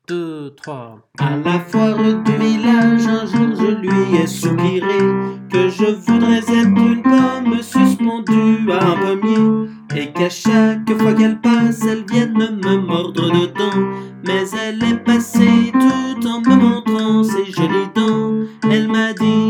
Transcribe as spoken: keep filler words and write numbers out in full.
deux, trois. À la foire du village, un jour je lui ai soupiré que je voudrais être une pomme suspendue à un pommier, et qu'à chaque fois qu'elle passe, elle vienne me mordre dedans. Mais elle est passée tout en me montrant ses jolies dents. Elle m'a dit